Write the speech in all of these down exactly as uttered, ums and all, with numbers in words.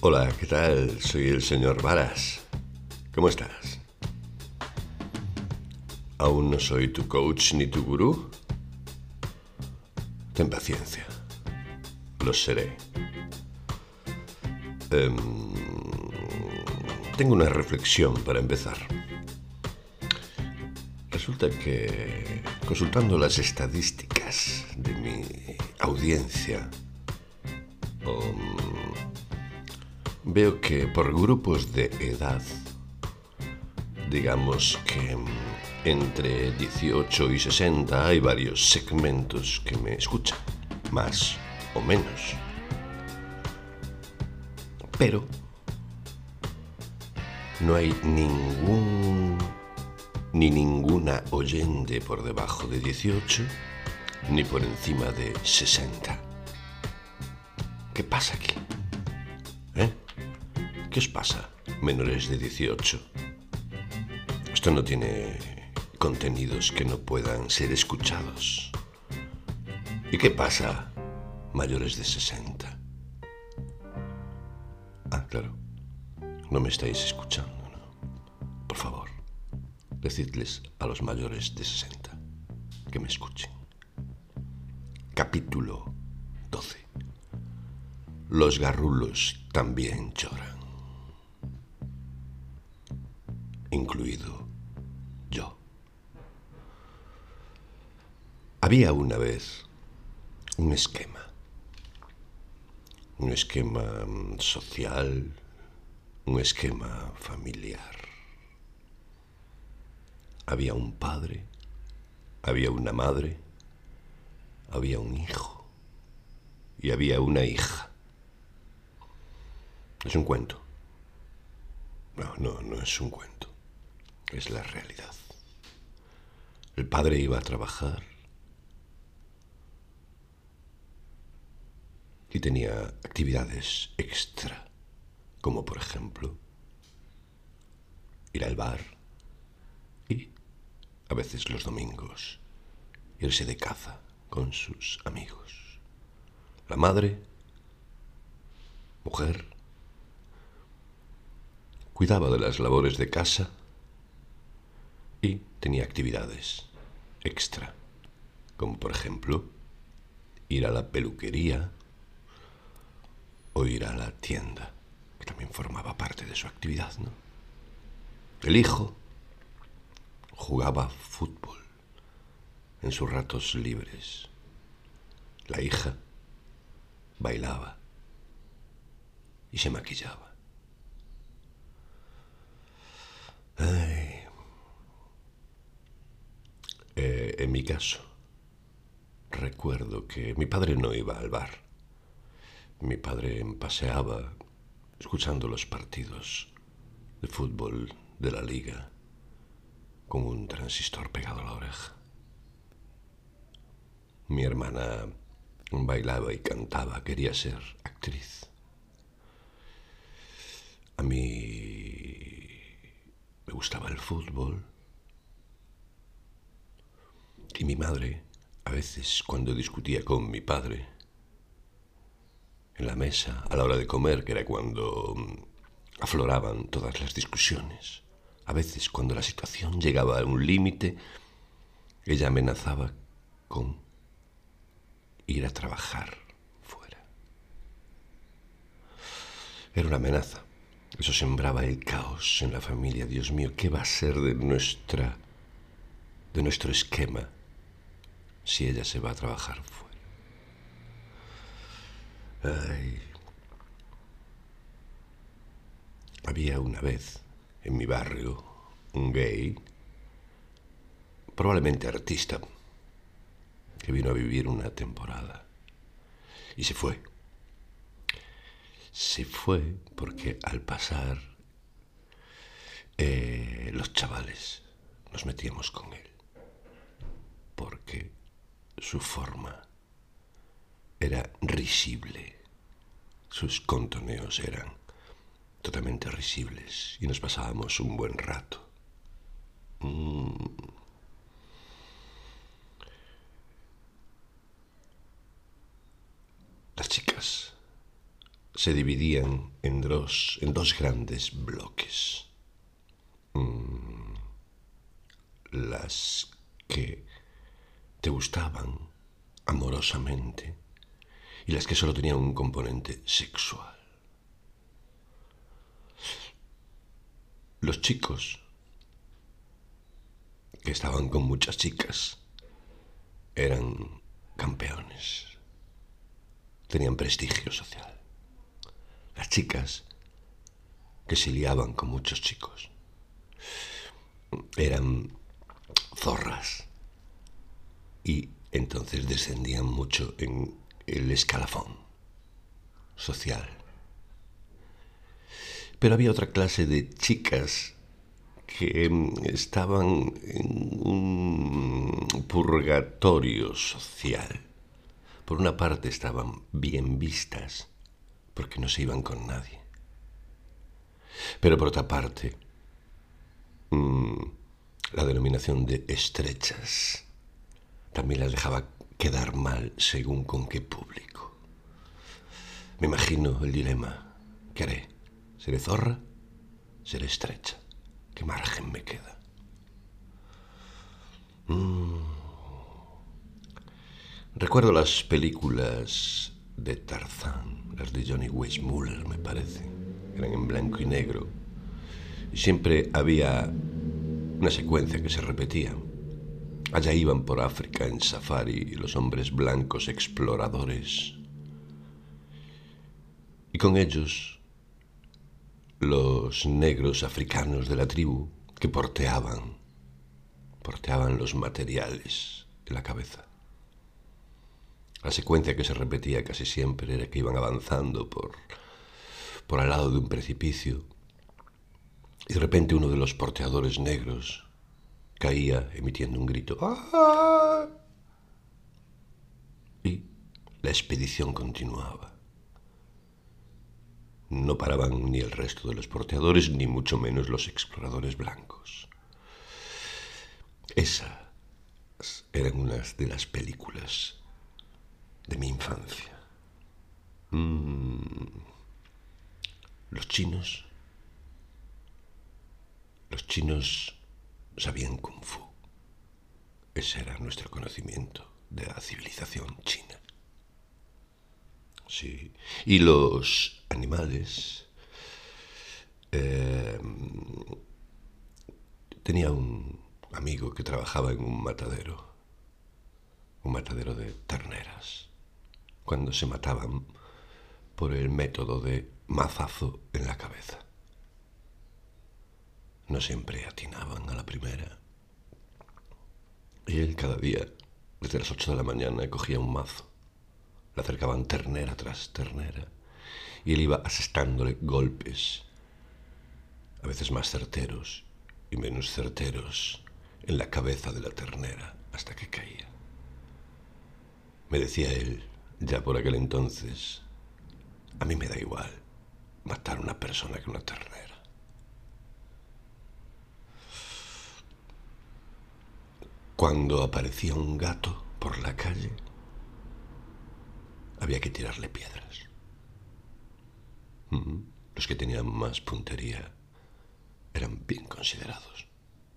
Hola, ¿qué tal? Soy el señor Varas. ¿Cómo estás? ¿Aún no soy tu coach ni tu gurú? Ten paciencia. Lo seré. Um, tengo una reflexión para empezar. Resulta que, consultando las estadísticas de mi audiencia, um, veo que por grupos de edad, digamos que entre dieciocho y sesenta hay varios segmentos que me escuchan, más o menos. Pero no hay ningún ni ninguna oyente por debajo de dieciocho ni por encima de sesenta. ¿Qué pasa aquí? ¿Eh? ¿Qué os pasa, menores de dieciocho? Esto no tiene contenidos que no puedan ser escuchados. ¿Y qué pasa, mayores de sesenta? Ah, claro, no me estáis escuchando, ¿no? Por favor, decidles a los mayores de sesenta que me escuchen. Capítulo doce. Los garrulos también lloran. Incluido yo. Había una vez un esquema. Un esquema social, un esquema familiar. Había un padre, había una madre, había un hijo y había una hija. Es un cuento. No, no, no es un cuento. Es la realidad. El padre iba a trabajar y tenía actividades extra, como por ejemplo ir al bar y, a veces los domingos, irse de caza con sus amigos. La madre, mujer, cuidaba de las labores de casa y tenía actividades extra, como por ejemplo ir a la peluquería o ir a la tienda, que también formaba parte de su actividad, ¿no? El hijo jugaba fútbol en sus ratos libres. La hija bailaba y se maquillaba. Ay. Eh, en mi caso, recuerdo que mi padre no iba al bar. Mi padre paseaba escuchando los partidos de fútbol de la liga con un transistor pegado a la oreja. Mi hermana bailaba y cantaba, quería ser actriz. A mí me gustaba el fútbol. Y mi madre, a veces cuando discutía con mi padre, en la mesa, a la hora de comer, que era cuando afloraban todas las discusiones, a veces cuando la situación llegaba a un límite, ella amenazaba con ir a trabajar fuera. Era una amenaza. Eso sembraba el caos en la familia. Dios mío, ¿qué va a ser de nuestra, de nuestro esquema si ella se va a trabajar fuera? Ay. Había una vez en mi barrio un gay, probablemente artista, que vino a vivir una temporada y se fue. Se fue porque al pasar eh, los chavales nos metíamos con él, porque su forma era risible, sus contoneos eran totalmente risibles y nos pasábamos un buen rato. Mm. Las chicas se dividían en dos, en dos grandes bloques. Mm, las que te gustaban amorosamente y las que solo tenían un componente sexual. Los chicos que estaban con muchas chicas eran campeones, tenían prestigio social. Las chicas que se liaban con muchos chicos eran zorras y entonces descendían mucho en el escalafón social. Pero había otra clase de chicas que estaban en un purgatorio social. Por una parte estaban bien vistas porque no se iban con nadie. Pero por otra parte, mmm, la denominación de estrechas también las dejaba quedar mal según con qué público. Me imagino el dilema. ¿Qué haré? ¿Seré zorra? ¿Seré estrecha? ¿Qué margen me queda? Mm. Recuerdo las películas de Tarzán, las de Johnny Weissmuller, me parece. Eran en blanco y negro. Y siempre había una secuencia que se repetía. Allá iban por África en safari los hombres blancos exploradores. Y con ellos los negros africanos de la tribu que porteaban, porteaban los materiales en la cabeza. La secuencia que se repetía casi siempre era que iban avanzando por, por al lado de un precipicio y de repente uno de los porteadores negros caía emitiendo un grito. ¡Ah! Y la expedición continuaba. No paraban ni el resto de los porteadores, ni mucho menos los exploradores blancos. Esas eran unas de las películas de mi infancia. Mm. Los chinos, los chinos sabían kung fu. Ese era nuestro conocimiento de la civilización china. Sí. Y los animales. Eh, tenía un amigo que trabajaba en un matadero, un matadero de terneras, cuando se mataban por el método de mazazo en la cabeza. No siempre atinaban a la primera. Y él cada día, desde las ocho de la mañana, cogía un mazo. Le acercaban ternera tras ternera y él iba asestándole golpes, a veces más certeros y menos certeros, en la cabeza de la ternera hasta que caía. Me decía él, ya por aquel entonces, a mí me da igual matar a una persona que una ternera. Cuando aparecía un gato por la calle, había que tirarle piedras. Los que tenían más puntería eran bien considerados.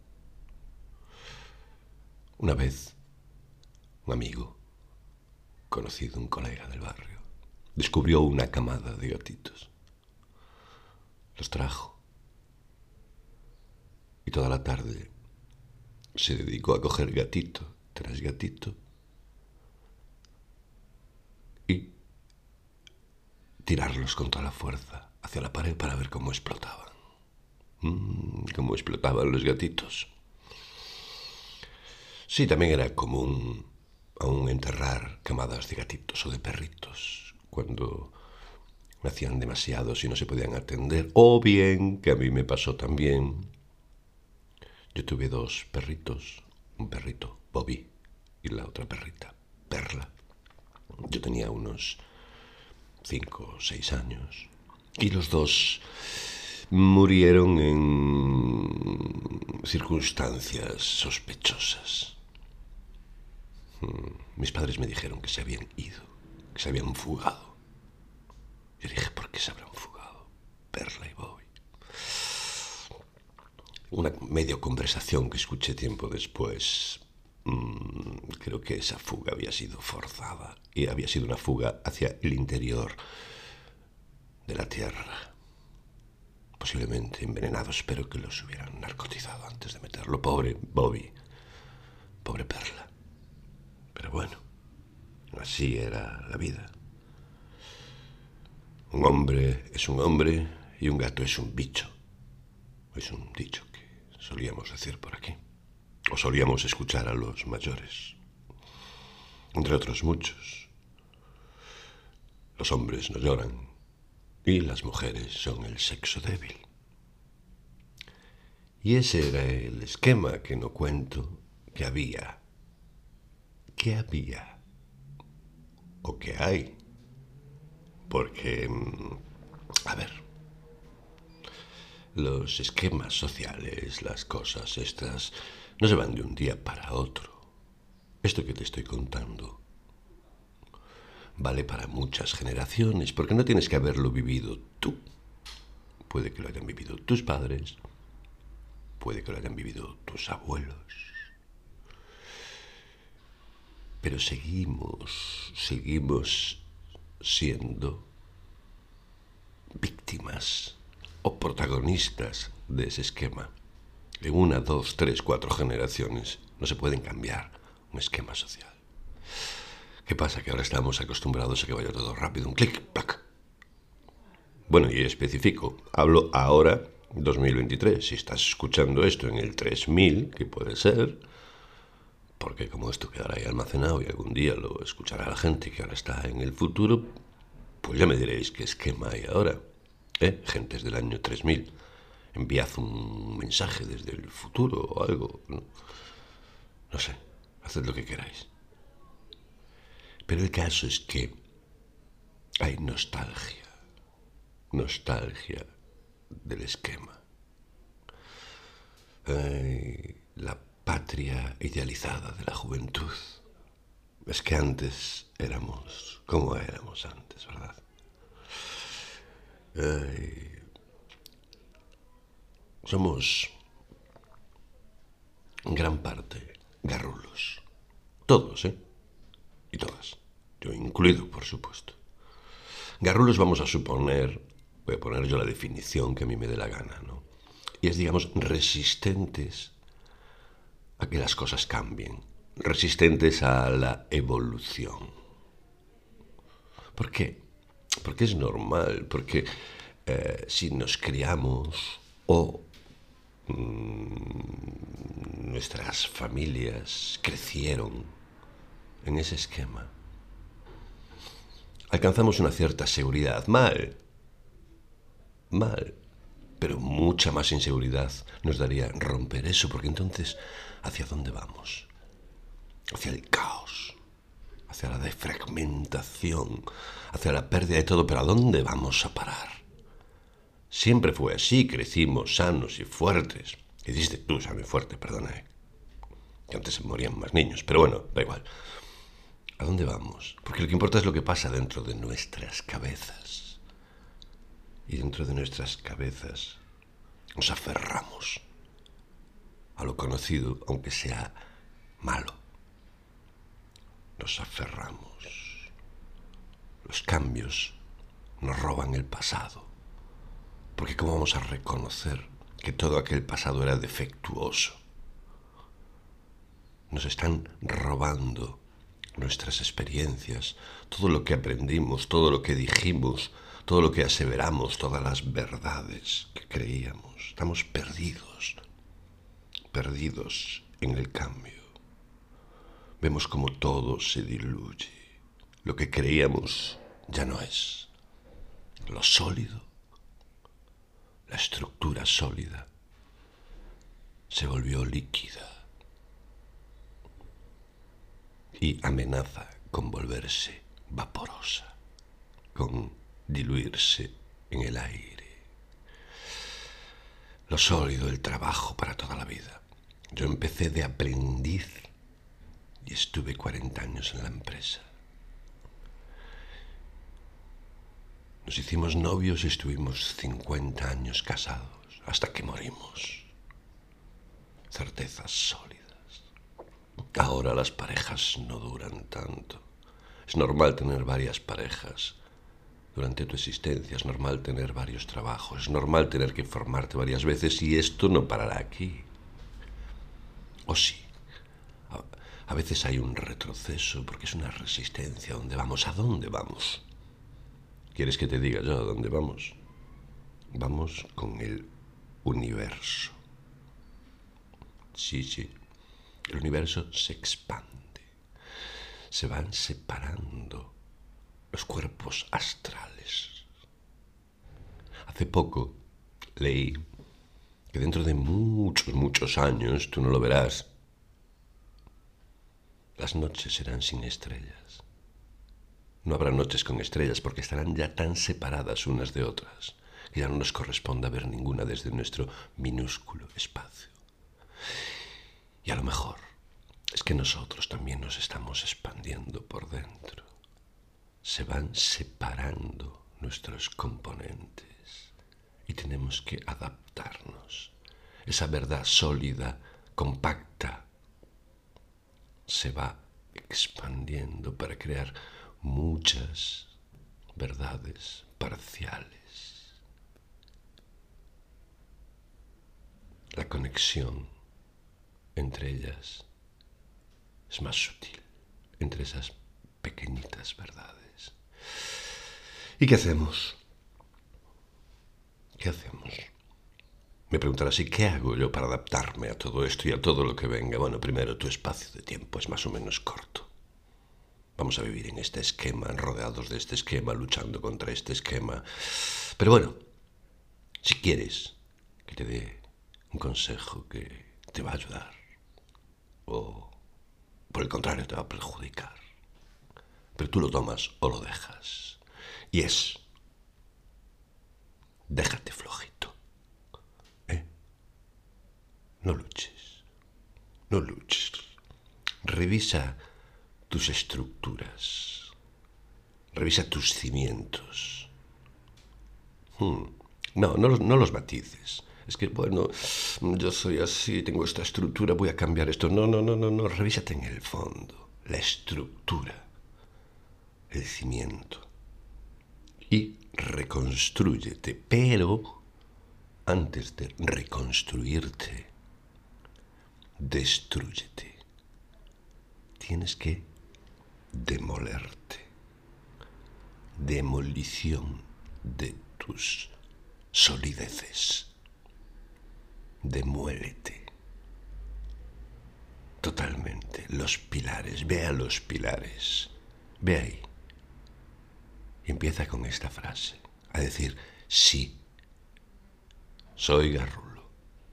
Una vez, un amigo, conocido, un colega del barrio, descubrió una camada de gatitos. Los trajo y toda la tarde se dedicó a coger gatito tras gatito y tirarlos con toda la fuerza hacia la pared para ver cómo explotaban. Mm, cómo explotaban los gatitos. Sí, también era común aún enterrar camadas de gatitos o de perritos cuando nacían demasiados y no se podían atender. O bien, que a mí me pasó también, yo tuve dos perritos, un perrito, Bobby, y la otra perrita, Perla. Yo tenía unos cinco o seis años y los dos murieron en circunstancias sospechosas. Mis padres me dijeron que se habían ido, que se habían fugado. Yo dije, ¿por qué se habrán fugado Perla y Bobby? Una medio conversación que escuché tiempo después, mmm, creo que esa fuga había sido forzada y había sido una fuga hacia el interior de la Tierra. Posiblemente envenenados, pero que los hubieran narcotizado antes de meterlo. Pobre Bobby, pobre Perla. Pero bueno, así era la vida. Un hombre es un hombre y un gato es un bicho. Es un dicho que solíamos decir por aquí, o solíamos escuchar a los mayores, entre otros muchos. Los hombres no lloran y las mujeres son el sexo débil. Y ese era el esquema que no cuento que había, que había, o que hay. Porque, a ver, los esquemas sociales, las cosas estas, no se van de un día para otro. Esto que te estoy contando vale para muchas generaciones, porque no tienes que haberlo vivido tú. Puede que lo hayan vivido tus padres, puede que lo hayan vivido tus abuelos. Pero seguimos, seguimos siendo víctimas o protagonistas de ese esquema. En una, dos, tres, cuatro generaciones no se pueden cambiar un esquema social. ¿Qué pasa? Que ahora estamos acostumbrados a que vaya todo rápido, un clic, plac. Bueno, y especifico, hablo ahora, dos mil veintitrés, si estás escuchando esto en el tres mil, que puede ser, porque como esto quedará ahí almacenado y algún día lo escuchará la gente que ahora está en el futuro, pues ya me diréis qué esquema hay ahora. ¿Eh? Gentes del año tres mil, enviad un mensaje desde el futuro o algo, ¿no? No sé, haced lo que queráis. Pero el caso es que hay nostalgia, nostalgia del esquema. Ay, la patria idealizada de la juventud. Es que antes éramos como éramos antes, ¿verdad? Ay, somos en gran parte garrulos. Todos, ¿eh? Y todas. Yo incluido, por supuesto. Garrulos vamos a suponer, voy a poner yo la definición que a mí me dé la gana, ¿no? Y es, digamos, resistentes a que las cosas cambien, resistentes a la evolución. ¿Por qué? Porque es normal, porque eh, si nos criamos o mmm, nuestras familias crecieron en ese esquema, alcanzamos una cierta seguridad, mal, mal, pero mucha más inseguridad nos daría romper eso, porque entonces, ¿hacia dónde vamos? Hacia el caos, hacia la defragmentación, hacia la pérdida de todo, pero ¿a dónde vamos a parar? Siempre fue así, crecimos sanos y fuertes. Y dijiste tú, sano y fuerte, perdona, ¿eh? Que antes se morían más niños, pero bueno, da igual. ¿A dónde vamos? Porque lo que importa es lo que pasa dentro de nuestras cabezas. Y dentro de nuestras cabezas nos aferramos a lo conocido, aunque sea malo. Nos aferramos. Los cambios nos roban el pasado. Porque ¿cómo vamos a reconocer que todo aquel pasado era defectuoso? Nos están robando nuestras experiencias, todo lo que aprendimos, todo lo que dijimos, todo lo que aseveramos, todas las verdades que creíamos. Estamos perdidos, perdidos en el cambio. Vemos como todo se diluye. Lo que creíamos ya no es. Lo sólido, la estructura sólida, se volvió líquida y amenaza con volverse vaporosa, con diluirse en el aire. Lo sólido, el trabajo para toda la vida. Yo empecé de aprendiz y estuve cuarenta años en la empresa. Nos hicimos novios y estuvimos cincuenta años casados, hasta que morimos. Certezas sólidas. Ahora las parejas no duran tanto. Es normal tener varias parejas. Durante tu existencia es normal tener varios trabajos. Es normal tener que formarte varias veces y esto no parará aquí. O sí. A, a veces hay un retroceso porque es una resistencia. ¿A dónde vamos? ¿A dónde vamos? ¿Quieres que te diga yo a dónde vamos? Vamos con el universo. Sí, sí. El universo se expande. Se van separando los cuerpos astrales. Hace poco leí que dentro de muchos, muchos años, tú no lo verás, las noches serán sin estrellas. No habrá noches con estrellas porque estarán ya tan separadas unas de otras que ya no nos corresponda ver ninguna desde nuestro minúsculo espacio. Y a lo mejor es que nosotros también nos estamos expandiendo por dentro. Se van separando nuestros componentes y tenemos que adaptarnos. Esa verdad sólida, compacta, se va expandiendo para crear muchas verdades parciales. La conexión entre ellas es más sutil, entre esas pequeñitas verdades. ¿Y qué hacemos? ¿Qué hacemos? Me preguntarás, ¿y qué hago yo para adaptarme a todo esto y a todo lo que venga? Bueno, primero, tu espacio de tiempo es más o menos corto. Vamos a vivir en este esquema, rodeados de este esquema, luchando contra este esquema. Pero bueno, si quieres que te dé un consejo que te va a ayudar, o por el contrario te va a perjudicar, pero tú lo tomas o lo dejas, y es, déjate flojito, ¿eh? No luches, no luches. Revisa tus estructuras, revisa tus cimientos. Hmm. No, no, no los matices. Es que, bueno, yo soy así, tengo esta estructura, voy a cambiar esto. No, no, no, no, no, revísate en el fondo, la estructura, el cimiento. Y reconstrúyete, pero antes de reconstruirte, destrúyete. Tienes que demolerte. Demolición de tus solideces. Demuélete totalmente los pilares. Ve a los pilares. Ve ahí. Y empieza con esta frase. A decir, sí, soy Garrulo.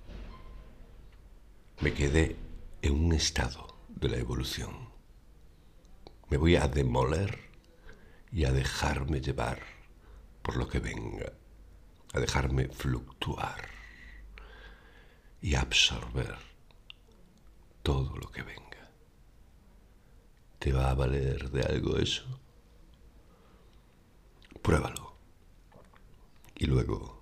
Me quedé en un estado de la evolución. Me voy a demoler y a dejarme llevar por lo que venga. A dejarme fluctuar. Y absorber todo lo que venga. ¿Te va a valer de algo eso? Pruébalo. Y luego,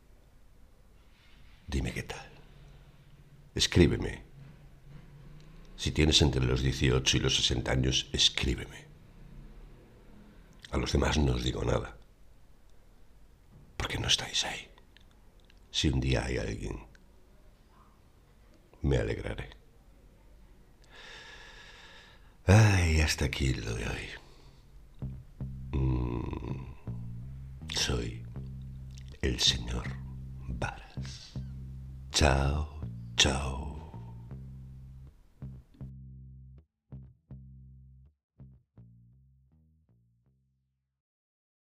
dime qué tal. Escríbeme. Si tienes entre los dieciocho y los sesenta años, escríbeme. A los demás no os digo nada. Porque no estáis ahí. Si un día hay alguien, me alegraré. Ay, hasta aquí lo de hoy. Mm, soy el señor Varas. Chao, chao.